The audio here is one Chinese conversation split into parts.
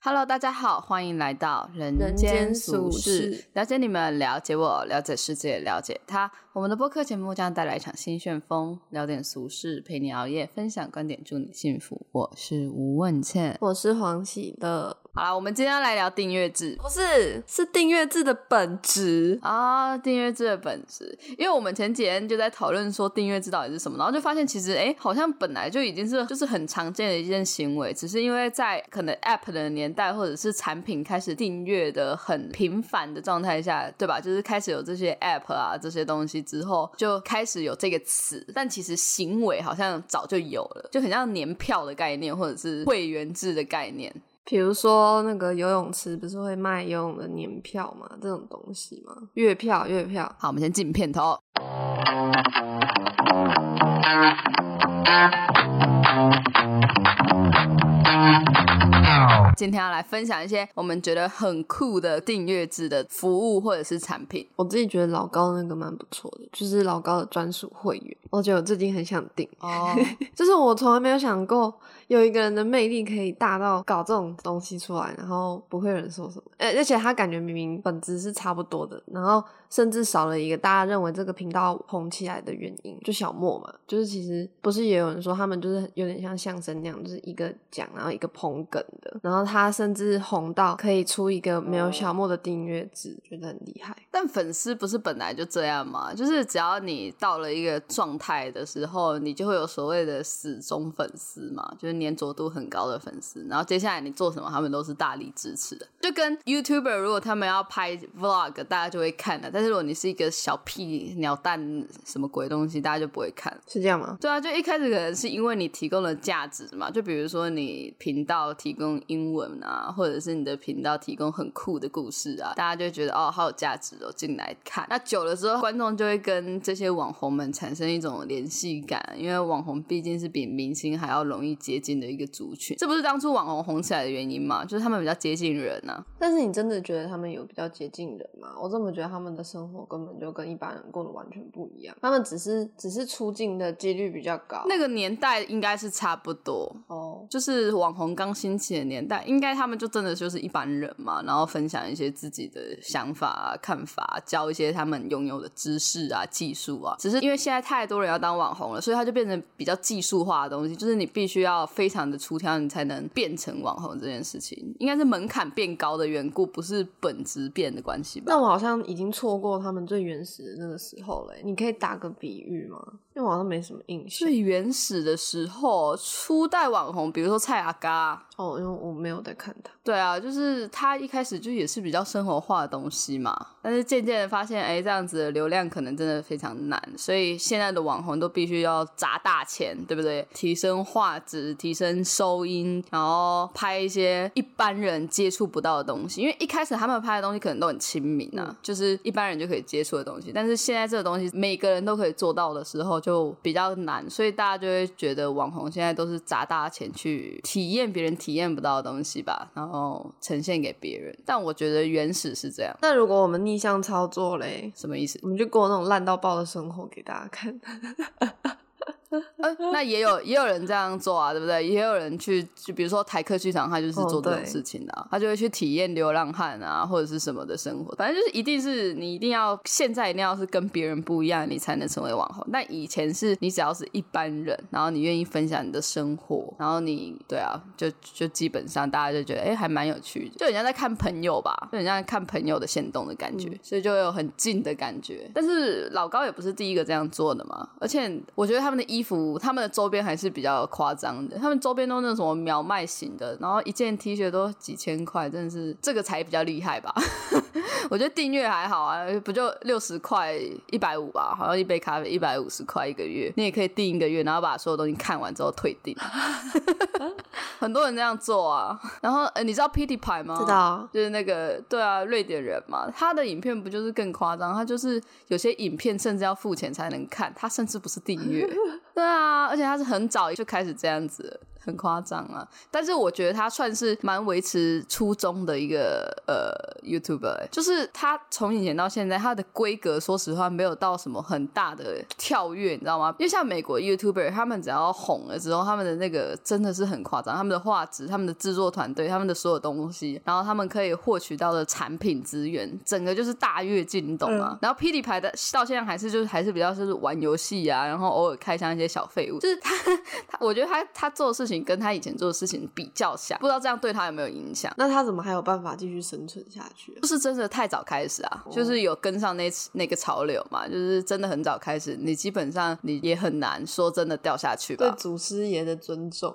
Hello， 大家好，欢迎来到人间俗事，了解你们，了解我，了解世界，了解他。我们的播客节目将带来一场新旋风，聊点俗事，陪你熬夜，分享观点，祝你幸福。我是吴问倩， 我是黄喜乐。 好啦，我们今天要来聊订阅制， 不是，是订阅制的本质啊，订阅制的本质。因为我们前几天就在讨论说订阅制到底是什么，然后就发现其实好像本来就已经是就是很常见的一件行为，只是因为在可能 App 的年代或者是产品开始订阅的很频繁的状态下，对吧？就是开始有这些 App 啊这些东西之后，就开始有这个词，但其实行为好像早就有了，就很像年票的概念或者是会员制的概念。 比如说那个游泳池不是会卖游泳的年票吗？这种东西吗？月票。 好，我们先进片头。今天要来分享一些我们觉得很酷的订阅制的服务或者是产品。 我自己觉得老高那个蛮不错的，就是老高的专属会员，我觉得我最近很想订就是我从来没有想过有一个人的魅力可以大到搞这种东西出来，然后不会有人说什么，而且他感觉明明本质是差不多的，然后甚至少了一个大家认为这个频道红起来的原因，就小莫嘛，就是其实不是也有人说他们就是有点像相声那样，就是一个讲然后一个捧梗的，然后他甚至红到可以出一个没有小莫的订阅制，觉得很厉害。 但粉丝不是本来就这样吗？就是只要你到了一个状态的时候，你就会有所谓的死忠粉丝嘛，就是粘着度很高的粉丝，然后接下来你做什么他们都是大力支持的。就跟 YouTuber 如果他们要拍 Vlog 大家就会看的，但是如果你是一个小屁鸟蛋什么鬼东西大家就不会看。 是这样吗？ 对啊，就一开始可能是因为你提供了价值嘛，就比如说你频道提供英文啊，或者是你的频道提供很酷的故事啊，大家就会觉得好有价值进来看。那久了之后观众就会跟这些网红们产生一种联系感，因为网红毕竟是比明星还要容易接近的一个族群，这不是当初网红红起来的原因吗？就是他们比较接近人啊。 但是你真的觉得他们有比较接近人吗？我这么觉得他们的生活根本就跟一般人过得完全不一样，他们只是出镜的几率比较高。 那个年代应该是差不多就是网红刚兴起的年代，应该他们就真的就是一般人嘛，然后分享一些自己的想法啊看法，教一些他们拥有的知识啊技术啊。只是因为现在太多人要当网红了，所以它就变成比较技术化的东西，就是你必须要非常的出挑你才能变成网红这件事情，应该是门槛变高的缘故，不是本质变的关系吧。 那我好像已经错过他们最原始的那个时候了，你可以打个比喻吗？因为我好像没什么印象。 最原始的时候初代网红比如说蔡阿嘎因为我没有在看他。 对啊，就是他一开始就也是比较生活化的东西嘛，但是渐渐的发现这样子的流量可能真的非常难，所以现在的网红都必须要砸大钱，对不对？提升画质，提升收音，然后拍一些一般人接触不到的东西，因为一开始他们拍的东西可能都很亲民啊，就是一般人就可以接触的东西，但是现在这个东西每个人都可以做到的时候就比较难，所以大家就会觉得网红现在都是砸大钱去体验别人体验不到的东西吧，然后呈现给别人。但我觉得原始是这样。 那如果我们逆向操作嘞？ 什么意思？ 我们就过那种烂到爆的生活给大家看那也有人这样做啊，对不对？也有人去就比如说台客剧场他就是做这种事情的他就会去体验流浪汉啊或者是什么的生活，反正就是你一定要现在一定要是跟别人不一样你才能成为网红，但以前是你只要是一般人，然后你愿意分享你的生活，然后你对啊就基本上大家就觉得还蛮有趣的，就很像在看朋友吧，就很像看朋友的限动的感觉所以就有很近的感觉。但是老高也不是第一个这样做的嘛，而且我觉得他们的衣服他们的周边还是比较夸张的，他们周边都那种什么秒卖型的，然后一件 T 恤都几千块，真的是这个才比较厉害吧我觉得订阅还好啊，不就60块150吧，好像一杯咖啡150块一个月，你也可以订一个月，然后把所有东西看完之后退订很多人这样做啊。然后你知道 PewDiePie 吗？ 知道， 就是那个对啊瑞典人嘛，他的影片不就是更夸张，他就是有些影片甚至要付钱才能看，他甚至不是订阅对啊，而且他是很早就开始这样子， 很夸张啊。但是我觉得他算是蛮维持初衷的一个YouTuber，就是他从以前到现在他的规格说实话没有到什么很大的跳跃，你知道吗？因为像美国 YouTuber 他们只要红了之后，他们的那个真的是很夸张，他们的画质、他们的制作团队、他们的所有东西，然后他们可以获取到的产品资源整个就是大跃进，你懂吗？然后霹雳牌的到现在还是比较是玩游戏啊，然后偶尔开箱一些小废物，就是他我觉得他做的事情跟他以前做的事情比较像，不知道这样对他有没有影响。 那他怎么还有办法继续生存下去啊？ 就是真的太早开始啊，就是有跟上那个潮流嘛，就是真的很早开始，你基本上你也很难说真的掉下去吧。 对祖师爷的尊重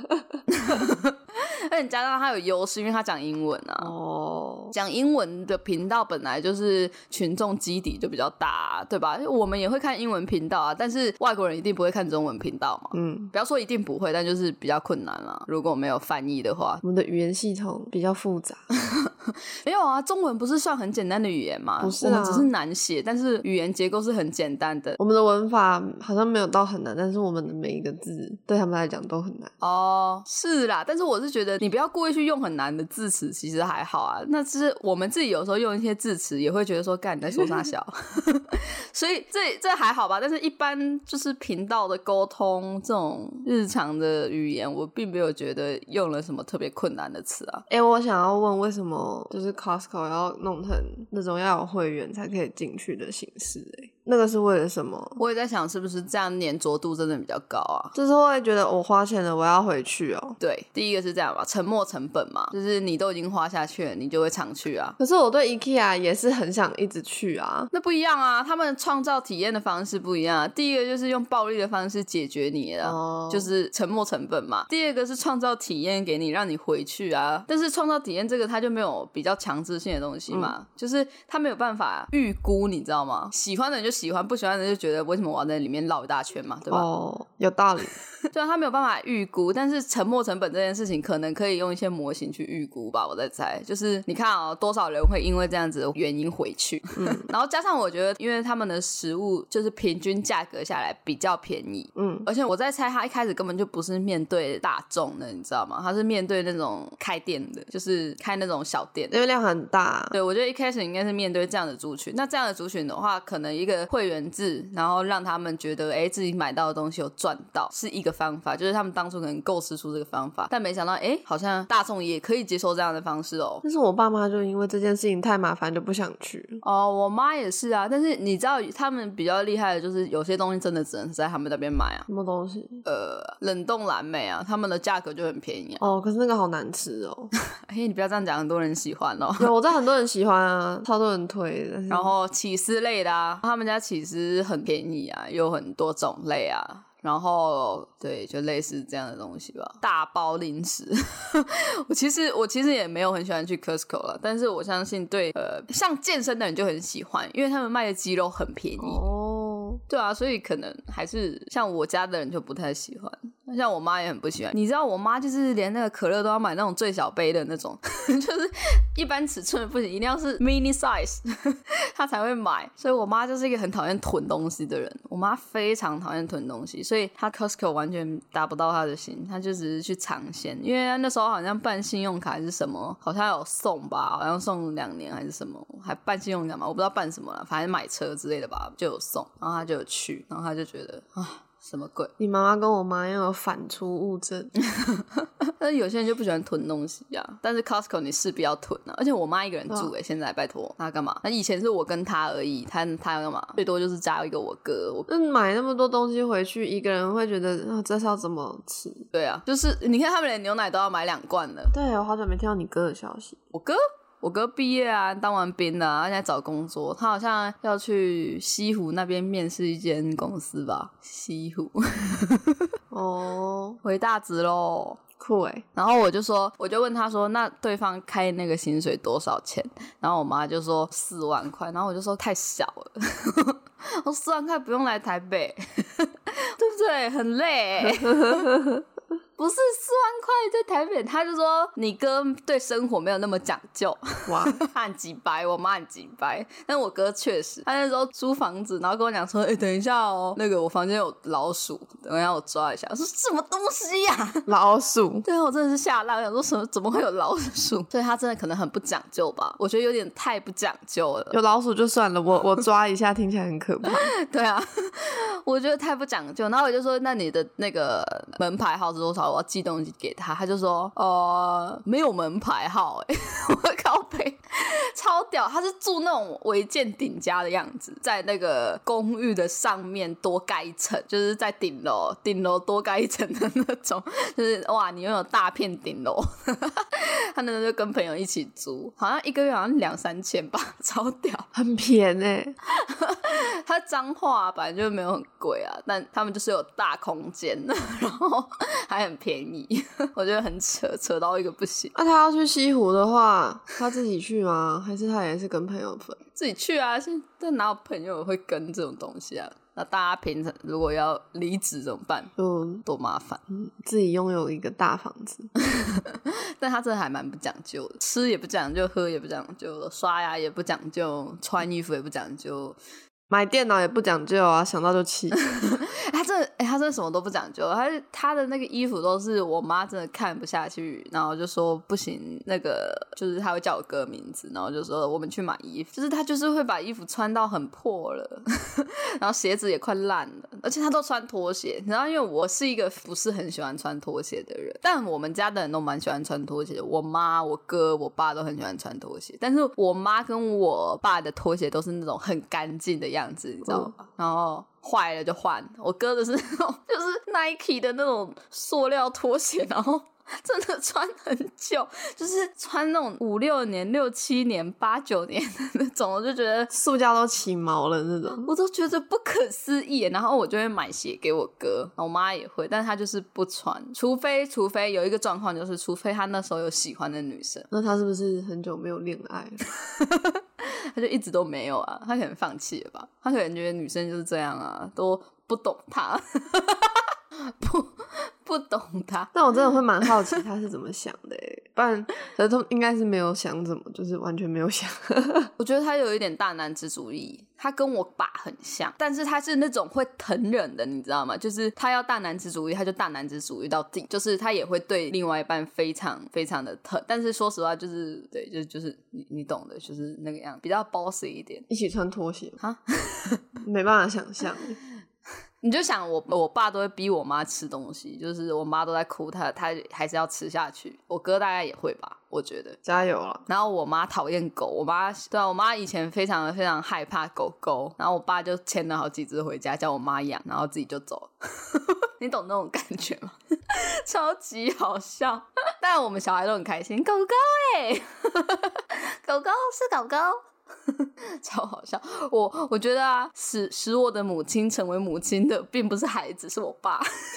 而且加上他有优势，因为他讲英文啊。讲英文的频道本来就是群众基底就比较大，对吧？我们也会看英文频道啊，但是外国人一定不会看中文频道嘛。不要说一定不会，但就是比较困难啦，如果没有翻译的话。 我们的语言系统比较复杂。 没有啊，中文不是算很简单的语言吗？ 不是啊， 我们只是难写，但是语言结构是很简单的。 我们的文法好像没有到很难，但是我们的每一个字对他们来讲都很难。 是啦，但是我是觉得你不要故意去用很难的字词，其实还好啊。那只是我们自己有时候用一些字词也会觉得说干你在说啥小所以这还好吧。但是一般就是频道的沟通这种日常的语言，我并没有觉得用了什么特别困难的词啊。 我想要问为什么就是 Costco 要弄成那种要有会员才可以进去的形式那个是为了什么？ 我也在想是不是这样粘着度真的比较高啊， 就是会觉得我花钱了我要回去对，第一个是这样吧，沉没成本嘛，就是你都已经花下去了，你就会常去啊。 可是我对 IKEA 也是很想一直去啊。 那不一样啊，他们创造体验的方式不一样啊。第一个就是用暴力的方式解决你的就是沉没成本嘛。第二个是创造体验给你，让你回去啊。但是创造体验这个它就没有比较强制性的东西嘛，就是他没有办法预估，你知道吗？喜欢的人就喜欢，不喜欢的人就觉得为什么我要在里面绕一大圈嘛，对吧？ 有道理对啊，他没有办法预估，但是沉没成本这件事情可能可以用一些模型去预估吧，我在猜。就是你看多少人会因为这样子的原因回去然后加上我觉得因为他们的食物就是平均价格下来比较便宜而且我在猜他一开始根本就不是面对大众的，你知道吗？他是面对那种开店的，就是开那种小店， 因为量很大。 对，我觉得一开始应该是面对这样的族群。那这样的族群的话，可能一个会员制，然后让他们觉得自己买到的东西有赚到，是一个方法，就是他们当初可能构思出这个方法，但没想到好像大众也可以接受这样的方式但是我爸妈就因为这件事情太麻烦就不想去我妈也是啊。但是你知道他们比较厉害的就是有些东西真的只能在他们那边买啊。 什么东西？ 冷冻蓝莓啊，他们的价格就很便宜可是那个好难吃你不要这样讲，很多人喜欢有，我知道很多人喜欢啊，超多人推的。 然后起司类的他们家起司很便宜啊，有很多种类啊，然后对，就类似这样的东西吧。大包零食我其实也没有很喜欢去 Costco 了，但是我相信对像健身的人就很喜欢，因为他们卖的鸡肉很便宜对啊，所以可能还是像我家的人就不太喜欢，像我妈也很不喜欢。你知道我妈就是连那个可乐都要买那种最小杯的那种就是一般尺寸不行，一定要是 mini size 她才会买。所以我妈就是一个很讨厌囤东西的人，我妈非常讨厌囤东西，所以她 Costco 完全达不到她的心，她就只是去尝鲜。因为那时候好像办信用卡还是什么，好像有送吧，好像送2年还是什么，还办信用卡嘛，我不知道办什么了，反正买车之类的吧，就有送，然后她就有去，然后她就觉得什么鬼？ 你妈妈跟我妈又有反刍物症但是有些人就不喜欢囤东西啊，但是 Costco 你势必要囤啊。而且我妈一个人住现在拜托她干嘛？那以前是我跟她而已，她要干嘛？最多就是加一个我哥。 买那么多东西回去，一个人会觉得这是要怎么吃？ 对啊，就是你看他们连牛奶都要买2罐了。 对，我好久没听到你哥的消息。 我哥毕业啊，当完兵了他现在找工作，他好像要去西湖那边面试一间公司吧。西湖回大直咯， 酷然后我就问他说那对方开那个薪水多少钱，然后我妈就说4万块，然后我就说太小了我4万块不用来台北对不对？很累不是4万块在台北，他就说你哥对生活没有那么讲究。 哇， 他很鸡掰，我妈很鸡掰，但我哥确实，他那时候租房子，然后跟我讲说，等一下哦，那个我房间有老鼠，等一下我抓一下。我说什么东西呀？ 老鼠？ 对啊，我真的是吓烂，我想说怎么会有老鼠？所以他真的可能很不讲究吧？我觉得有点太不讲究了。 有老鼠就算了，我抓一下听起来很可怕。 对啊，我觉得太不讲究。然后我就说，那你的那个门牌号是多少？我要寄东西给他。他就说，没有门牌号。我靠北，超屌！他是住那种违建顶家的样子，在那个公寓的上面多盖一层，就是在顶楼多盖一层的那种，就是哇，你拥有大片顶楼。他那时候就跟朋友一起租，好像一个月好像2-3千吧，超屌， 很便宜。 他彰化本来就没有很贵啊，但他们就是有大空间，然后还很便宜，我觉得很扯到一个不行。 那他要去西湖的话，他自己去吗？还是他也是跟朋友分？ 自己去啊，现在哪有朋友会跟这种东西啊？那大家平常如果要离职怎么办？多麻烦。 自己拥有一个大房子。 但他真的还蛮不讲究的，吃也不讲究，喝也不讲究，刷牙也不讲究，穿衣服也不讲究， 买电脑也不讲究啊，想到就气。 他真的什么都不讲究，他的那个衣服都是我妈真的看不下去，然后就说不行，那个就是他会叫我哥名字，然后就说我们去买衣服，就是他就是会把衣服穿到很破了，然后鞋子也快烂了，而且他都穿拖鞋。然后因为我是一个不是很喜欢穿拖鞋的人，但我们家的人都蛮喜欢穿拖鞋的，我妈、我哥、我爸都很喜欢穿拖鞋，但是我妈跟我爸的拖鞋都是那种很干净的样子，你知道吗？然后坏了就换，我哥的是那种就是 Nike 的那种塑料拖鞋，然后真的穿很久，就是穿那种5-6年、6-7年、8-9年的那种，我就觉得塑胶都起毛了那种， 我都觉得不可思议。然后我就会买鞋给我哥，我妈也会，但是他就是不穿，除非有一个状况，就是除非他那时候有喜欢的女生。 那他是不是很久没有恋爱了？ 他就一直都没有啊，他可能放弃了吧，他可能觉得女生就是这样啊，都不懂他。不懂他。 但我真的会蛮好奇他是怎么想的耶，不然他应该是没有想怎么，就是完全没有想。 我觉得他有一点大男子主义，他跟我爸很像，但是他是那种会疼人的，你知道吗？就是他要大男子主义，他就大男子主义到底，就是他也会对另外一半非常非常的疼，但是说实话就是对，就是你懂的，就是那个样，比较 bossy 一点。 一起穿拖鞋哈，没办法想象。 你就想我爸都会逼我妈吃东西，就是我妈都在哭，他还是要吃下去。我哥大概也会吧，我觉得。 加油了。 然后我妈讨厌狗，我妈以前非常非常害怕狗狗，然后我爸就牵了好几只回家叫我妈养，然后自己就走了。你懂那种感觉吗？超级好笑，但我们小孩都很开心。狗狗狗狗是狗狗。超好笑，我觉得啊，使我的母亲成为母亲的并不是孩子，是我爸。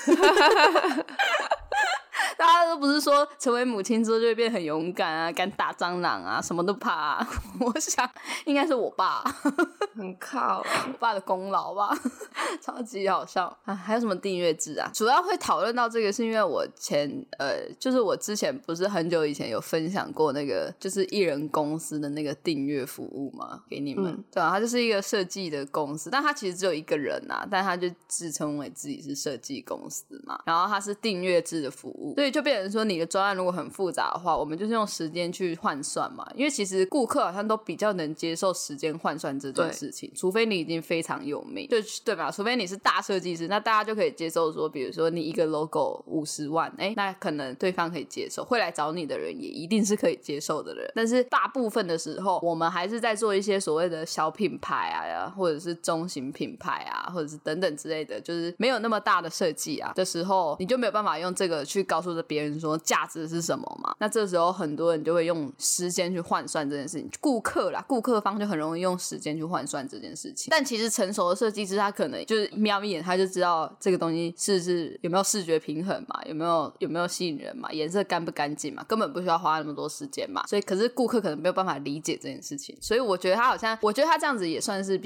大家都不是说成为母亲之后就会变很勇敢啊，敢打蟑螂啊，什么都怕啊。我想应该是我爸， 很靠我爸的功劳吧，超级好笑啊！还有什么订阅制啊？主要会讨论到这个，是因为我就是我之前不是很久以前有分享过那个就是艺人公司的那个订阅服务嘛，给你们。对啊，他就是一个设计的公司，但他其实只有一个人啊，但他就自称为自己是设计公司嘛，然后他是订阅制的服务，所以就变成说你的专案如果很复杂的话，我们就是用时间去换算嘛，因为其实顾客好像都比较能接受时间换算这件事情，除非你已经非常有名，对吧？除非你是大设计师，那大家就可以接受说，比如说你一个 logo 50万，那可能对方可以接受，会来找你的人也一定是可以接受的人。但是大部分的时候，我们还是在做一些所谓的小品牌啊，或者是中型品牌啊，或者是等等之类的，就是没有那么大的设计啊的时候，你就没有办法用这个去告诉别人说价值是什么嘛。那这时候很多人就会用时间去换算这件事情，顾客方就很容易用时间去换算这件事情。但其实成熟的设计师他可能就是瞄一眼他就知道这个东西是有没有视觉平衡嘛，有没有吸引人嘛，颜色干不干净嘛，根本不需要花那么多时间嘛。所以可是顾客可能没有办法理解这件事情，所以我觉得他这样子也算是比较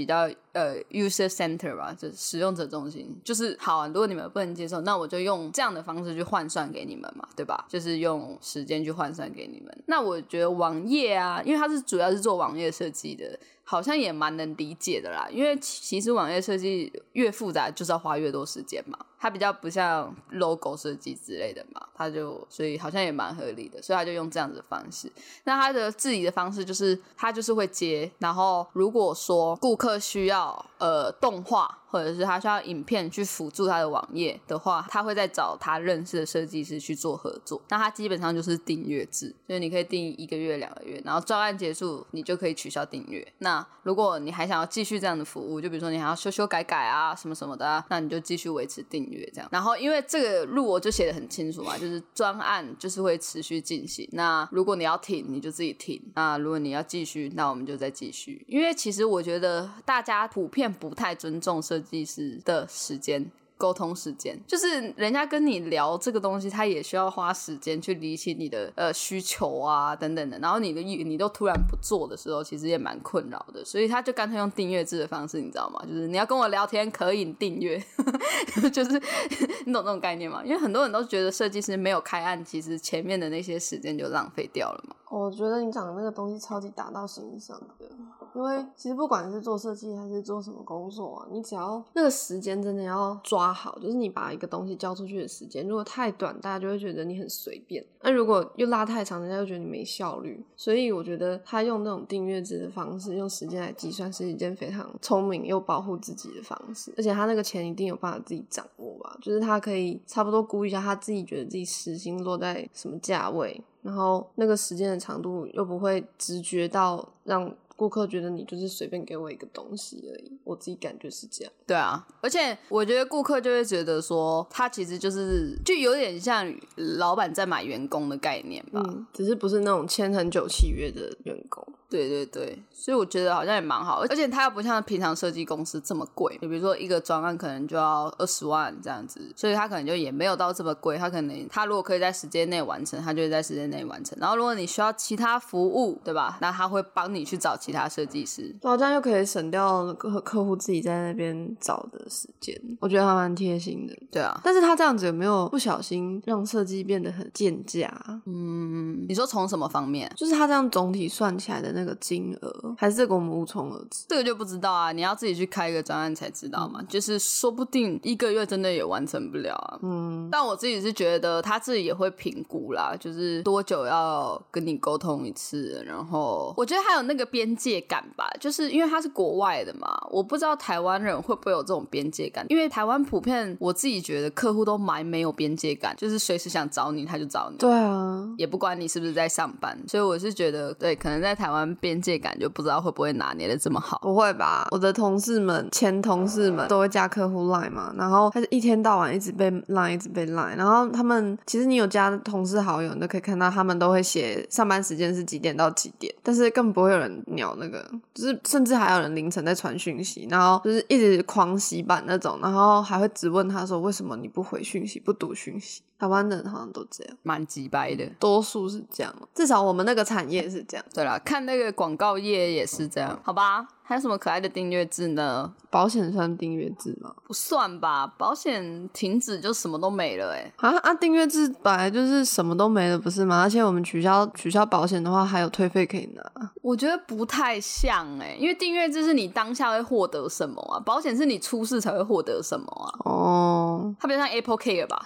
user center 吧，就是使用者中心，就是好啊，如果你们不能接受，那我就用这样的方式去换算给你们嘛，对吧？就是用时间去换算给你们。那我觉得网页啊，因为它是主要是做网页设计的，好像也蛮能理解的啦，因为其实网页设计越复杂就是要花越多时间嘛，它比较不像 logo 设计之类的嘛，所以好像也蛮合理的，所以他就用这样子的方式。那他的治理的方式就是他就是会接，然后如果说顾客需要动画或者是他需要影片去辅助他的网页的话，他会再找他认识的设计师去做合作。那他基本上就是订阅制，就是你可以订1个月2个月，然后专案结束你就可以取消订阅。那如果你还想要继续这样的服务，就比如说你还要修改啊什么什么的啊，那你就继续维持订阅这样。然后因为这个路我就写得很清楚嘛，就是专案就是会持续进行，那如果你要停你就自己停，那如果你要继续那我们就再继续。因为其实我觉得大家普遍不太尊重设计师的时间沟通时间，就是人家跟你聊这个东西他也需要花时间去理清你的需求啊等等的，然后你都突然不做的时候其实也蛮困扰的，所以他就干脆用订阅制的方式，你知道吗？就是你要跟我聊天可以订阅就是你懂这种概念吗？因为很多人都觉得设计师没有开案，其实前面的那些时间就浪费掉了嘛。 我觉得你讲的那个东西超级打到心上的，因为其实不管是做设计还是做什么工作啊，你只要那个时间真的要抓好，就是你把一个东西交出去的时间如果太短，大家就会觉得你很随便，那如果又拉太长，人家就觉得你没效率。所以我觉得他用那种订阅制的方式，用时间来计算是一件非常聪明又保护自己的方式，而且他那个钱一定有办法自己掌握吧，就是他可以差不多估一下他自己觉得自己时薪落在什么价位，然后那个时间的长度又不会直觉到让顾客觉得你就是随便给我一个东西而已，我自己感觉是这样。 对啊，而且我觉得顾客就会觉得说他其实就有点像老板在买员工的概念吧， 只是不是那种签很久契约的员工。 对对对，所以我觉得好像也蛮好，而且它又不像平常设计公司这么贵，比如说一个专案可能就要20万这样子，所以它可能就也没有到这么贵，它如果可以在时间内完成，它就会在时间内完成，然后如果你需要其他服务，对吧，那它会帮你去找其他设计师， 然后这样就可以省掉客户自己在那边找的时间，我觉得还蛮贴心的。 对啊， 但是他这样子有没有不小心让设计变得很贱价？ 你说从什么方面？ 就是他这样总体算起来的那个金额，还是这个我们无从而知？ 这个就不知道啊，你要自己去开一个专案才知道嘛，就是说不定1个月真的也完成不了啊。但我自己是觉得他自己也会评估啦，就是多久要跟你沟通一次，然后我觉得还有那个边界感吧，就是因为他是国外的嘛，我不知道台湾人会不会有这种边界感，因为台湾普遍我自己觉得客户都蛮没有边界感，就是随时想找你他就找你， 对啊， 也不管你是不是在上班，所以我是觉得对，可能在台湾边界感就不知道会不会拿捏的这么好。 不会吧，我的前同事们都会加客户 LINE 嘛，然后他是一天到晚一直被 LINE，然后他们其实你有加同事好友你都可以看到他们都会写上班时间是几点到几点，但是根本不会有人鸟那个，就是甚至还有人凌晨在传讯息，然后就是一直狂洗版那种，然后还会质问他说为什么你不回讯息不读讯息。台湾人好像都这样， 蛮鸡掰的， 多数是这样，至少我们那个产业是这样。 对啦，看那个广告业也是这样，好吧。还有什么可爱的订阅制呢？ 保险算订阅制吗？ 不算吧，保险停止就什么都没了订阅制本来就是什么都没了不是吗？而且我们取消保险的话还有退费可以拿。 我觉得不太像因为订阅制是你当下会获得什么啊，保险是你出事才会获得什么啊。它比较像 Apple Care 吧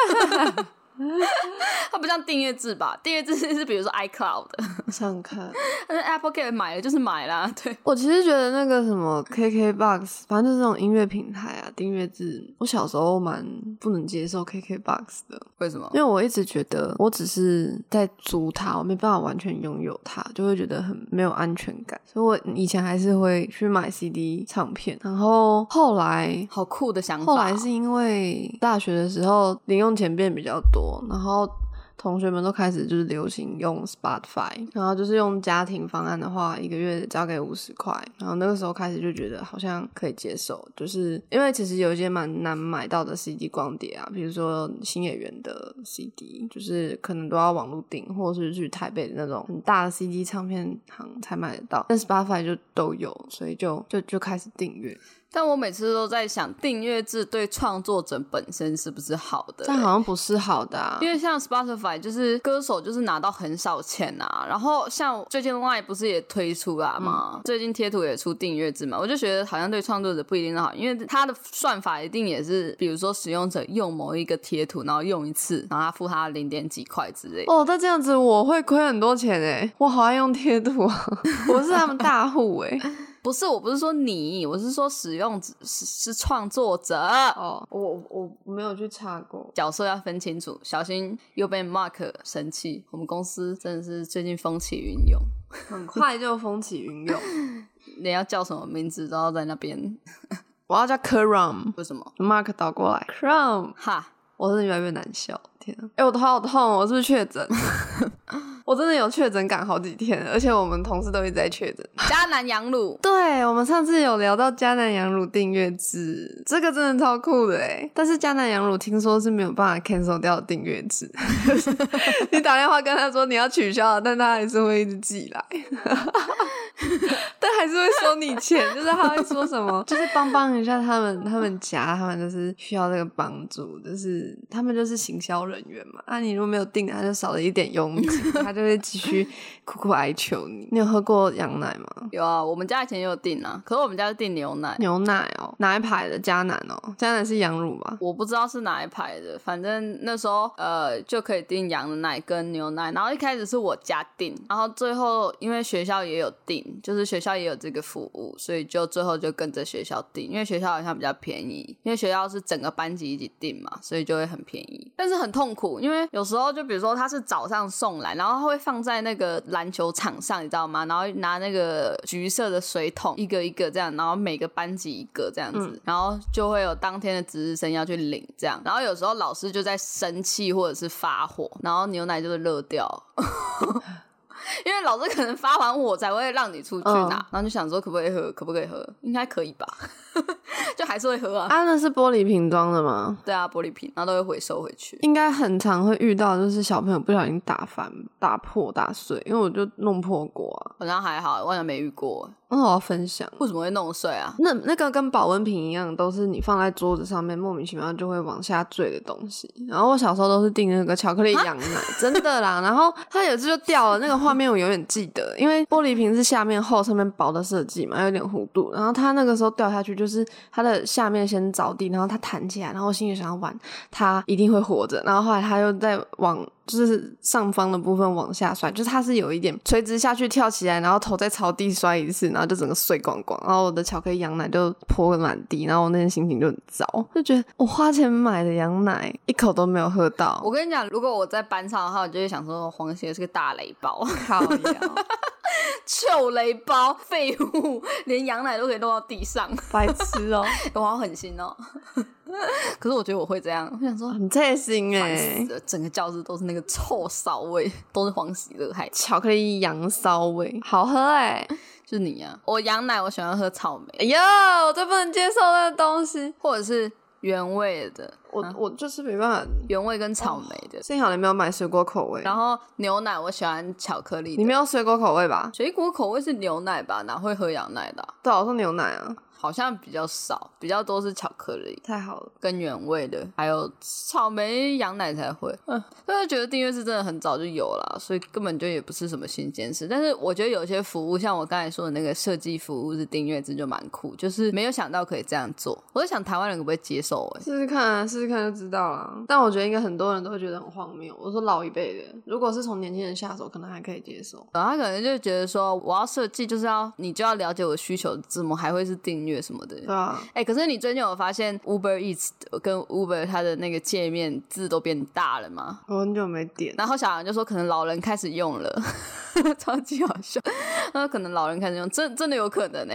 它不像订阅制吧，订阅制是比如说 iCloud 上看， 但是 Apple Care 买了就是买啦。对， 我其实觉得那个什么 KKBOX 反正就是这种音乐平台啊，订阅制我小时候蛮不能接受 KKBOX 的。 为什么？ 因为我一直觉得我只是在租它，我没办法完全拥有它，就会觉得很没有安全感，所以我以前还是会去买 CD 唱片，然后后来好酷的想法。 后来是因为大学的时候零用钱变比较多，然后同学们都开始就是流行用 Spotify， 然后就是用家庭方案的话1个月只要给50块，然后那个时候开始就觉得好像可以接受，就是因为其实有一些蛮难买到的 CD 光碟啊，比如说新演员的 CD 就是可能都要网络订，或者是去台北的那种很大的 CD 唱片行才买得到，但 Spotify 就都有，所以就开始订阅。 但我每次都在想，订阅制对创作者本身是不是好的？ 但好像不是好的啊， 因为像 Spotify 就是歌手就是拿到很少钱啊，然后像最近 Line 不是也推出啦嘛，最近贴图也出订阅制嘛，我就觉得好像对创作者不一定好，因为他的算法一定也是，比如说使用者用某一个贴图，然后用一次，然后他付他0点几块之类的。 哦，那这样子我会亏很多钱耶，我好爱用贴图啊，我是他们大户耶。 不是，我不是说你，我是说使用者是创作者。 哦，我没有去查过， 角色要分清楚，小心又被 Mark 生气。我们公司真的是最近风起云涌， 很快就风起云涌。 你要叫什么名字都要在那边。 我要叫 Chrome， 为什么 ？Mark 倒过来 Chrome， 哈， 我真的越来越难笑，天啊！我头好痛，我是不是确诊？我真的有确诊感好几天，而且我们同事都一直在确诊。 迦南羊乳， 对，我们上次有聊到迦南羊乳订阅制，这个真的超酷的耶。但是迦南羊乳听说是没有办法 cancel 掉的订阅制，你打電話跟他說你要取消了，但他還是會一直寄來。但還是會收你錢，就是他會說什麼，就是幫一下他們家，他們就是需要這個幫助，就是他們就是行銷人員嘛。啊，你如果沒有訂，他就少了一點佣金，他就會繼續苦苦哀求你。你有喝過羊奶嗎？ 有啊，我們家以前也有訂啊，可是我們家是訂牛奶。 牛奶哦，哪一排的？迦南哦，迦南是羊乳吧？ 我不知道是哪一排的，反正那時候就可以訂羊奶跟牛奶，然後一開始是我家訂，然後最後因為學校也有訂，就是學校也有這個服務，所以就最後就跟着學校訂，因為學校好像比較便宜，因為學校是整個班級一起訂嘛，所以就會很便宜，但是很痛苦，因為有時候就比如說他是早上送來，然後他會放在那個籃球場上，你知道嗎？然後拿那個橘色的水桶一個一個這樣，然後每個班級一個這樣子，然後就會有當天的值日生要去領這樣，然後有時候老師就在生氣或者是發火，然後牛奶就是熱掉因為老師可能發完火才會讓你出去拿，然後就想說可不可以喝，可不可以喝，應該可以吧就還是會喝啊。 啊，那是玻璃瓶裝的嗎？ 對啊，玻璃瓶，然後都會回收回去。 應該很常會遇到就是小朋友不小心打翻打破打碎，因為我就弄破過啊。 好像還好，我好像沒遇過。 那我要分享為什麼會弄碎啊？ 那個跟保溫瓶一樣，都是你放在桌子上面莫名其妙就會往下墜的東西。然後我小時候都是訂那個巧克力羊奶真的啦，然後它有一次就掉了，那個畫面我永遠記得，因為玻璃瓶是下面厚上面薄的設計嘛，有點弧度，然後它那個時候掉下去就是它的下面先着地，然後它彈起來，然後我心裡想要玩它一定會活着，然後後來它又再往就是上方的部分往下摔，就是它是有一點垂直下去跳起來，然後頭再朝地摔一次，然後就整個碎光光，然後我的巧克力羊奶就潑滿地，然後我那天心情就很糟，就覺得我花錢買的羊奶一口都沒有喝到。 我跟你講，如果我在班上的話，我就會想說黃姐是個大雷包， 靠腰臭雷包，廢物，連羊奶都可以弄到地上， 白痴哦我好狠心哦可是我覺得我會這樣，我想說很貼心煩死了，整個教室都是那個臭騷味，都是黃喜樂害巧克力羊騷味，好喝就是你啊。我羊奶我喜歡喝草莓， 哎呦，我最不能接受那個東西， 或者是原味的， 我就是沒辦法， 原味跟草莓的。 幸好你沒有買水果口味。 然後牛奶我喜歡巧克力的。 你沒有水果口味吧？ 水果口味是牛奶吧？哪會喝羊奶的啊？ 對，我說牛奶啊。 好像比較少，比較多是巧克力， 太好了， 跟原味的，還有草莓羊奶才會。但是覺得訂閱制真的很早就有啦，所以根本就也不是什麼新鮮事。但是我覺得有些服務，像我剛才說的那個設計服務是訂閱制就蠻酷，就是沒有想到可以這樣做。我在想台灣人可不可以接受試試看啊，試試看就知道啦。但我覺得應該很多人都會覺得很荒謬。我說老一輩的，如果是從年輕人下手，可能還可以接受。 他可能就覺得說，我要設計就是要你就要了解我的需求，怎麼還會是訂閱什麼的？ 對啊。 可是你最近有發現 Uber Eats 跟 Uber 它的那個界面字都變大了嗎？ 我很久沒點。 然後小楊就說可能老人開始用了超級好笑，他說可能老人開始用，真的有可能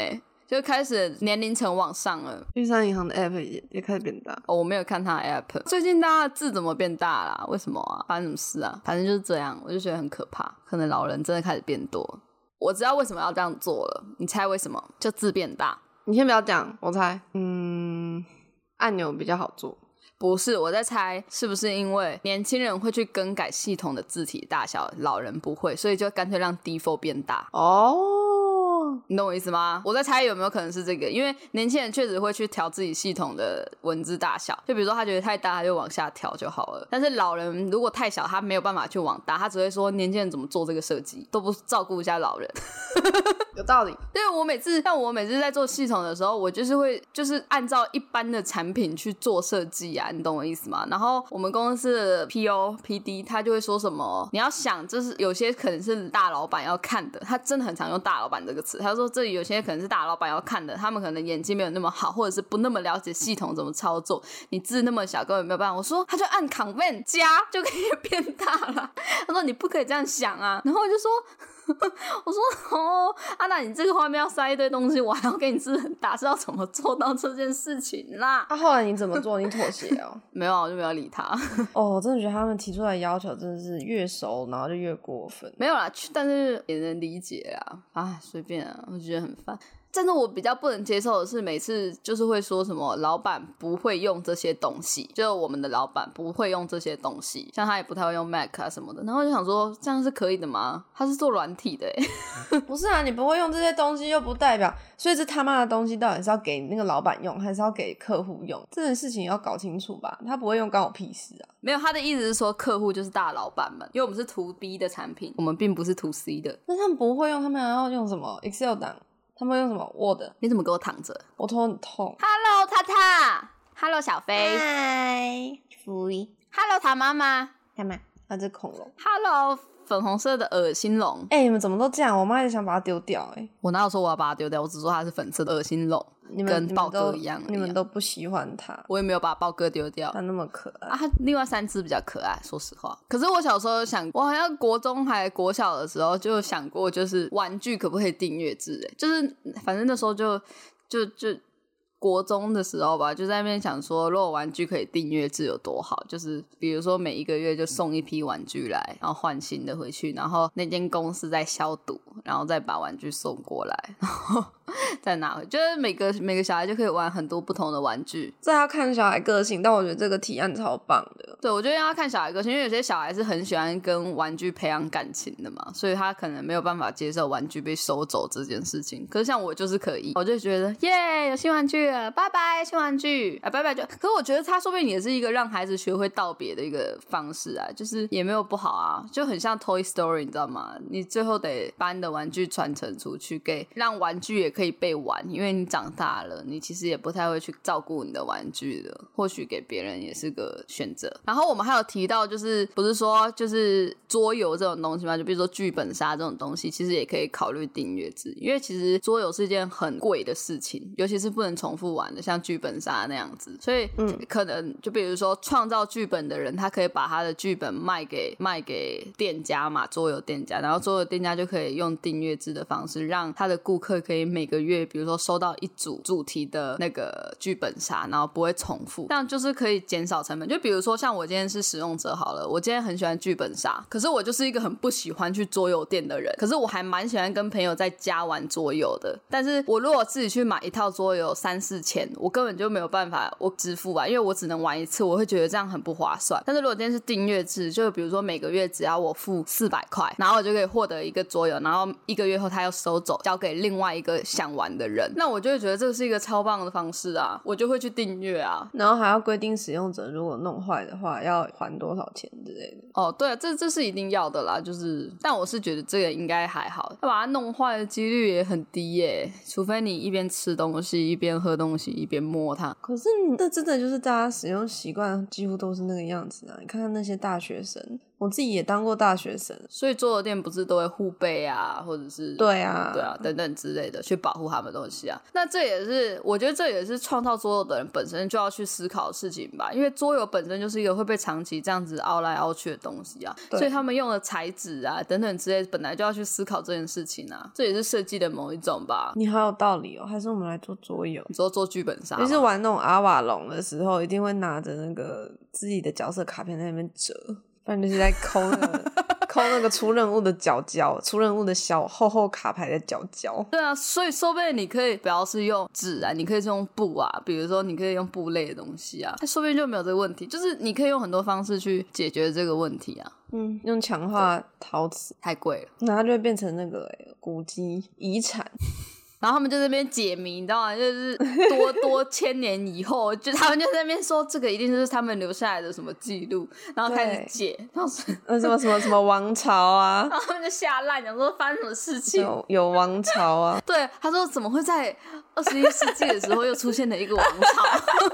就开始年龄层往上了。 玉山银行的 app 也开始变大。 我没有看他的 app。最近大家的字怎么变大啦？为什么啊？发生什么事啊？反正就是这样，我就觉得很可怕。可能老人真的开始变多。我知道为什么要这样做了，你猜为什么？就字变大。 你先不要讲，我猜。按钮比较好做。 不是，我在猜是不是因为年轻人会去更改系统的字体大小，老人不会，所以就干脆让 default 变大。你懂我意思吗？我在猜有没有可能是这个，因为年轻人确实会去调自己系统的文字大小，就比如说他觉得太大他就往下调就好了，但是老人如果太小他没有办法去往大，他只会说年轻人怎么做这个设计都不照顾一下老人。 有道理。 对，我每次在做系统的时候，我就是会按照一般的产品去做设计啊，你懂我意思吗？然后我们公司的 PO、PD 他就会说什么，你要想就是有些可能是大老板要看的，他真的很常用大老板这个词，他说这里有些可能是大老板要看的，他们可能眼睛没有那么好，或者是不那么了解系统怎么操作，你字那么小根本没有办法。我说他就按 Command 加就可以变大了，他说你不可以这样想啊，然后我就说我说那你这个画面要塞一堆东西，我还要给你字很大，是要怎么做到这件事情啦？ 后来你怎么做？你妥协哦？ 没有，我就没有理他。 我真的觉得他们提出来的要求真的是越熟然后就越过分。 没有啦，但是也能理解啦。随便啊，我觉得很烦。但是我比较不能接受的是，每次就是会说什么老板不会用这些东西，就我们的老板不会用这些东西，像他也不太会用 Mac 啊什么的。然后我就想说，这样是可以的吗？他是做软体的不是啊，你不会用这些东西又不代表，所以这他妈的东西到底是要给那个老板用，还是要给客户用？这件事情要搞清楚吧。他不会用关我屁事啊。 没有，他的意思是说客户就是大老板们，因为我们是 to B 的产品，我们并不是 to C 的。 那他们不会用，他们还要用什么 Excel 档？他们用什么 Word？ 你怎么给我躺着？ 我头很痛。 Hello 塔塔 ，Hello 小飞， 嗨，福伊 ，Hello 塔妈妈， 干嘛？这恐龙 ，Hello 粉红色的恶心龙。 你们怎么都这样？我妈也想把它丢掉。 我哪有说我要把它丢掉？我只说它是粉色的恶心龙，跟豹哥一样。 你们都不喜欢它， 我也没有把豹哥丢掉。 它那么可爱它另外3只比较可爱，说实话。可是我小时候想，我好像国中还国小的时候就有想过，就是玩具可不可以订阅制？就是反正那时候就国中的时候吧，就在那边想说，如果玩具可以订阅制有多好，就是比如说每一个月就送一批玩具来，然后换新的回去，然后那间公司再消毒，然后再把玩具送过来，然后再拿回去，就是每个小孩就可以玩很多不同的玩具。 这要看小孩个性，但我觉得这个提案超棒的。 对，我觉得要看小孩个性，因为有些小孩是很喜欢跟玩具培养感情的嘛，所以他可能没有办法接受玩具被收走这件事情。可是像我就是可以，我就觉得耶，有新玩具了，拜拜新玩具拜拜就。可是我觉得他说不定也是一个让孩子学会道别的一个方式啊，就是也没有不好啊，就很像 Toy Story 你知道吗？你最后得把你的玩具传承出去，让玩具也可以被玩，因为你长大了，你其实也不太会去照顾你的玩具了，或许给别人也是个选择。然后我们还有提到，就是不是说就是桌游这种东西嘛，就比如说剧本杀这种东西，其实也可以考虑订阅制，因为其实桌游是一件很贵的事情，尤其是不能重复玩的，像剧本杀那样子，所以可能就比如说创造剧本的人，他可以把他的剧本卖给店家嘛，桌游店家，然后桌游店家就可以用订阅制的方式，让他的顾客可以每个月比如说收到一组主题的那个剧本杀，然后不会重复，这样就是可以减少成本。就比如说像我今天是使用者好了，我今天很喜欢剧本杀，可是我就是一个很不喜欢去桌游店的人，可是我还蛮喜欢跟朋友在家玩桌游的，但是我如果自己去买一套桌游3-4千，我根本就没有办法我支付啊，因为我只能玩一次，我会觉得这样很不划算。但是如果今天是订阅制，就比如说每个月只要我付400块，然后我就可以获得一个桌游，然后1个月后他要收走，交给另外一个想玩的人，那我就会觉得这是一个超棒的方式啊，我就会去订阅啊。 然后还要规定使用者如果弄坏的话要还多少钱之类的。 哦，对啊，这是一定要的啦，就是但我是觉得这个应该还好，要把它弄坏的几率也很低耶，除非你一边吃东西一边喝东西一边摸它。 可是这真的就是大家使用习惯几乎都是那个样子啊，你看看那些大学生我自己也当过大学生， 所以桌游店不是都会护背啊，或者是对啊等等之类的去保护他们的东西啊。那这也是我觉得这也是创造桌游的人本身就要去思考的事情吧，因为桌游本身就是一个会被长期这样子凹来凹去的东西啊，所以他们用的材质啊等等之类本来就要去思考这件事情啊，这也是设计的某一种吧。 你好有道理哦，还是我们来做桌游？ 你说做剧本杀， 就是玩那种阿瓦隆的时候，一定会拿着那个自己的角色卡片在那边折，不然就是在抠那个抠那个出任务的角角，出任务的小厚厚卡牌的角角。 对啊，所以说不定你可以不要是用纸啊，你可以是用布啊，比如说你可以用布类的东西啊，说不定就没有这个问题，就是你可以用很多方式去解决这个问题啊。 用强化陶瓷太贵了， 然后它就会变成那个古迹遗产。 然后他们就在那边解谜，你知道吗？就是多千年以后，就他们就在那边说这个一定是他们留下来的什么记录，然后开始解，然后什么王朝啊， 然后他们就吓烂，讲说发生什么事情， 有王朝啊。 对，他说怎么会在21世纪的时候又出现了一个王朝？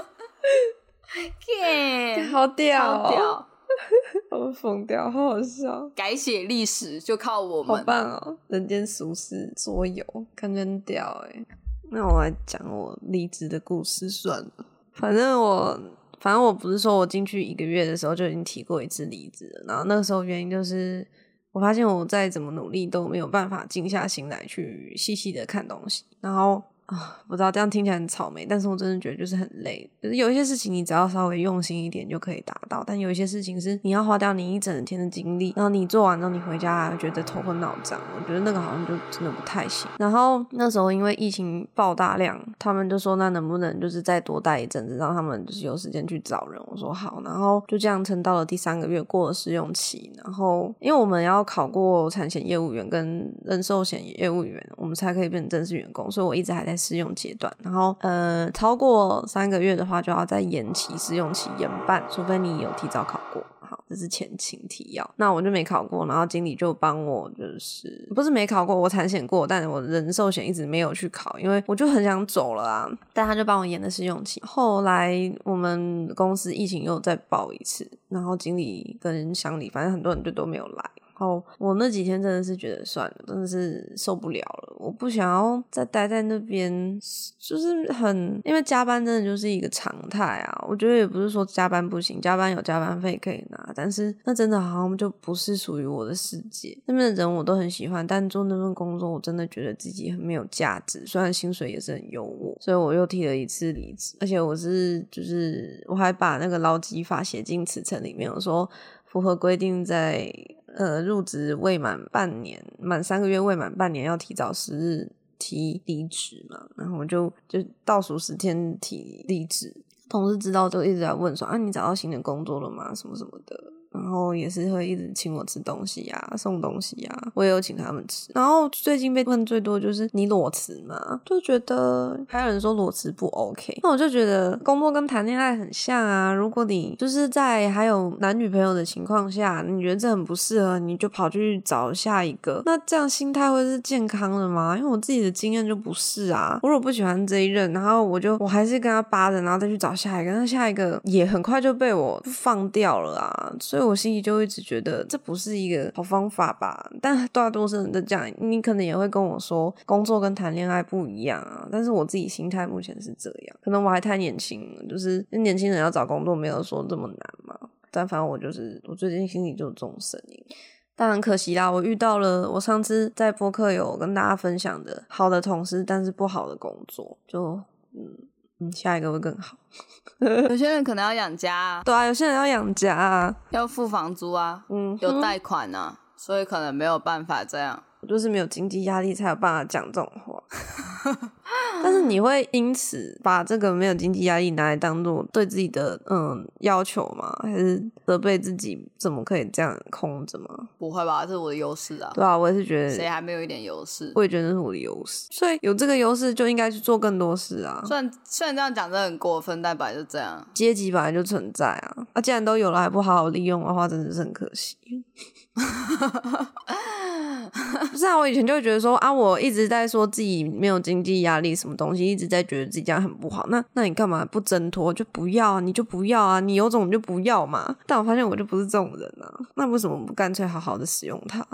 好屌哦， 超屌。 我疯掉，好好笑！ 改写历史就靠我们， 好棒哦！人间俗世桌游，感觉很屌欸。那我来讲我离职的故事算了。反正我不是说我进去1个月的时候就已经提过一次离职了，然后那个时候原因就是我发现我再怎么努力都没有办法静下心来去细细的看东西，然后不知道这样听起来很草莓，但是我真的觉得就是很累，就是有一些事情你只要稍微用心一点就可以达到，但有一些事情是你要花掉你一整天的精力，然后你做完之后你回家还觉得头昏脑胀，我觉得那个好像就真的不太行。然后那时候因为疫情爆大量，他们就说那能不能就是再多待一阵子，让他们就是有时间去找人，我说好，然后就这样撑到了第3个月，过了试用期，然后因为我们要考过产险业务员跟人寿险业务员，我们才可以变成正式员工，所以我一直还在试用阶段，然后超过3个月的话就要再延期试用期延半，除非你有提早考过。好，这是前情提要。那我就没考过，然后经理就帮我，就是不是没考过，我产险过，但我人寿险一直没有去考，因为我就很想走了啊。但他就帮我延了试用期。后来我们公司疫情又再爆一次，然后经理跟乡里反正很多人就都没有来。然后我那几天真的是觉得算了，真的是受不了了，我不想要再待在那边，就是因为加班真的就是一个常态啊。我觉得也不是说加班不行，加班有加班费可以拿，但是那真的好像就不是属于我的世界。那边的人我都很喜欢，但做那份工作我真的觉得自己很没有价值，虽然薪水也是很优渥，所以我又提了一次离职，而且我还把那个劳基法写进辞呈里面，我说符合规定在入职未满半年，满3个月未满半年要提早10日提离职嘛，然后我就倒数10天提离职。同事知道就一直在问说你找到新的工作了吗？什么什么的，然后也是会一直请我吃东西啊，送东西啊，我也有请他们吃。然后最近被问最多就是你裸辞嘛，就觉得还有人说裸辞不 OK， 那我就觉得工作跟谈恋爱很像啊，如果你就是在还有男女朋友的情况下，你觉得这很不适合，你就跑去找下一个，那这样心态会是健康的吗？因为我自己的经验就不是啊，我如果不喜欢这一任，然后我还是跟他扒着，然后再去找下一个，那下一个也很快就被我放掉了啊，所以我心里就一直觉得这不是一个好方法吧。但大多数人都这样，你可能也会跟我说工作跟谈恋爱不一样啊，但是我自己心态目前是这样，可能我还太年轻了，就是年轻人要找工作没有说这么难嘛。但反正我最近心里就有这种声音。但很可惜啦，我遇到了我上次在播客有跟大家分享的好的同事但是不好的工作，就下一个会更好。 有些人可能要养家啊， 对啊，有些人要养家啊， 要付房租啊，有贷款啊，所以可能没有办法这样。 我就是没有经济压力才有办法讲这种话。但是你会因此把这个没有经济压力拿来当做对自己的要求吗？还是责备自己怎么可以这样空着吗？ 不会吧，这是我的优势啊。 对啊，我也是觉得谁还没有一点优势， 我也觉得是我的优势，所以有这个优势就应该去做更多事啊。 虽然这样讲真的很过分，但本来就这样， 阶级本来就存在啊，既然都有了还不好好利用的话，真的是很可惜。不是啊，我以前就会觉得说我一直在说自己没有经济压力什什么东西，一直在觉得自己这样很不好，那你干嘛不挣脱？就不要啊，你就不要啊，你有种你就不要嘛。但我发现我就不是这种人啊，那为什么不干脆好好的使用它？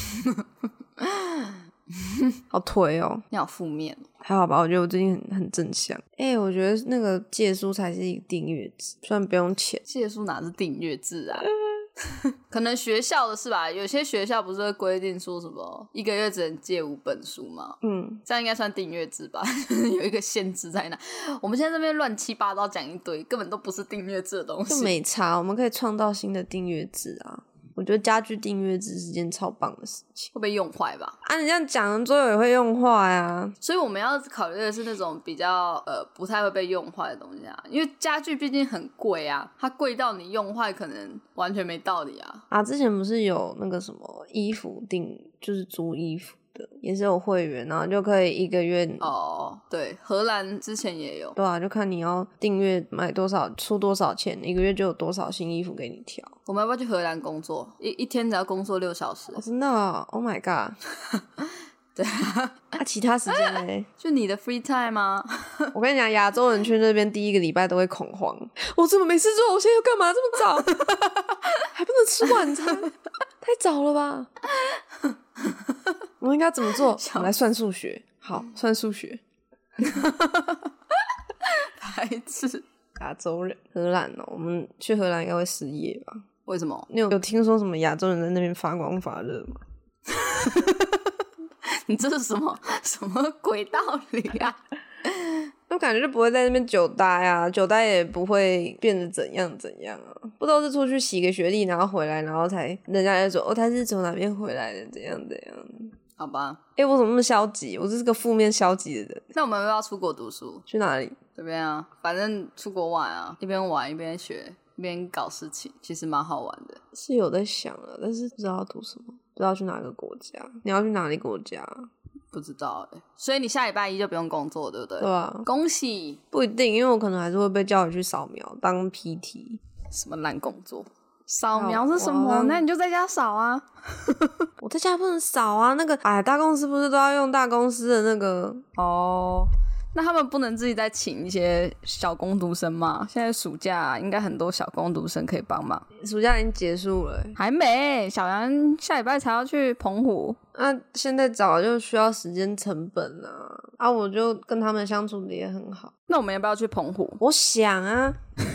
好推哦， 你好负面。 还好吧，我觉得我最近很正向。我觉得那个借书才是一个订阅制，虽然不用钱。 借书哪是订阅制啊？可能学校的是吧，有些学校不是会规定说什么1个月只能借5本书吗？这样应该算订阅制吧。有一个限制在那。我们现在这边乱七八糟讲一堆根本都不是订阅制的东西， 就没差，我们可以创造新的订阅制啊。我觉得家具订阅制是件超棒的事情。 会被用坏吧？ 啊，你这样讲桌游也会用坏啊。 所以我们要考虑的是那种比较不太会被用坏的东西啊，因为家具毕竟很贵啊，它贵到你用坏可能完全没道理啊。 啊，之前不是有那个什么衣服就是租衣服的，也是有会员，然后就可以1个月。 对，荷兰之前也有。 对啊，就看你要订阅买多少，出多少钱，1个月就有多少新衣服给你挑。 我们要不要去荷兰工作？一天只要工作6小时。 真的？Oh my god！ 对啊， 其他时间呢？ 就你的 free time 吗？ 我跟你讲，亚洲人去那边第1个礼拜都会恐慌。我怎么没事做？我现在要干嘛这么早？还不能吃晚餐？太早了吧？我应该怎么做？我们来算数学。好，算数学。 白痴。 亚洲人，荷兰哦，我们去荷兰应该会失业吧？ 为什么？ 你有听说什么亚洲人在那边发光发热吗？ 你这是什么鬼道理啊？ 我感觉就不会在那边久待啊，久待也不会变得怎样啊，不都是出去洗个学历然后回来，然后才人家就说他是从哪边回来的，怎样。 好吧。 我怎么那么消极？我就是个负面消极的人。 那我们要不要出国读书？ 去哪里？ 这边啊，反正出国玩啊，一边玩一边学一边搞事情，其实蛮好玩的。 是有在想了，但是不知道要读什么，不知道去哪个国家。你要去哪里国家？ 不知道所以你下礼拜1就不用工作，对不对？ 对啊， 恭喜。 不一定，因为我可能还是会被叫回去扫描当 PT。 什么烂工作？扫描是什么？那你就在家扫啊。 我在家不能扫啊，那个大公司不是都要用大公司的那个那他们不能自己再请一些小工读生吗？现在暑假应该很多小工读生可以帮忙。 暑假已经结束了还没，小杨下礼拜才要去澎湖。 现在找就需要时间成本啊，我就跟他们相处的也很好。 那我们要不要去澎湖？ 我想啊。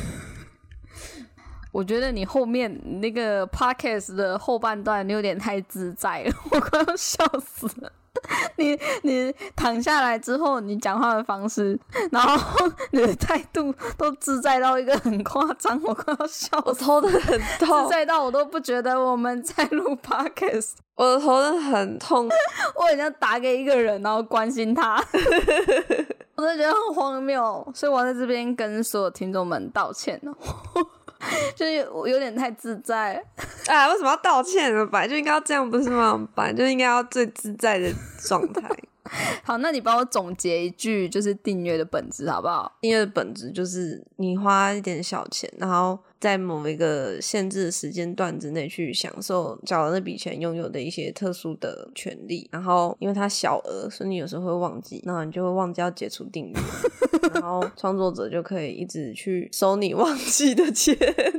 我觉得你后面那个 podcast 的后半段你有点太自在了，我快要笑死了。你躺下来之后，你讲话的方式，然后你的态度都自在到一个很夸张，我快要笑死。 我头都很痛， 自在到我都不觉得我们在录 podcast。 我的头都很痛， 我很像打给一个人，然后关心他。我真的觉得很荒谬，所以我在这边跟所有听众们道歉了。就是我有点太自在为什么要道歉呢？本来就应该要这样，不是吗？本来就应该要最自在的状态。 好，那你帮我总结一句，就是订阅的本质好不好？ 订阅的本质就是你花一点小钱，然后在某一个限制的时间段之内去享受缴了那笔钱拥有的一些特殊的权利，然后因为它小额，所以你有时候会忘记，然后你就会忘记要解除订阅，然后创作者就可以一直去收你忘记的钱。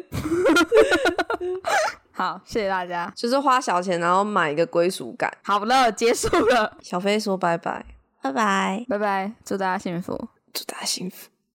好，谢谢大家。 就是花小钱，然后买一个归属感。 好了，结束了。 小飞说拜拜，拜拜， 拜拜，祝大家幸福， 祝大家幸福。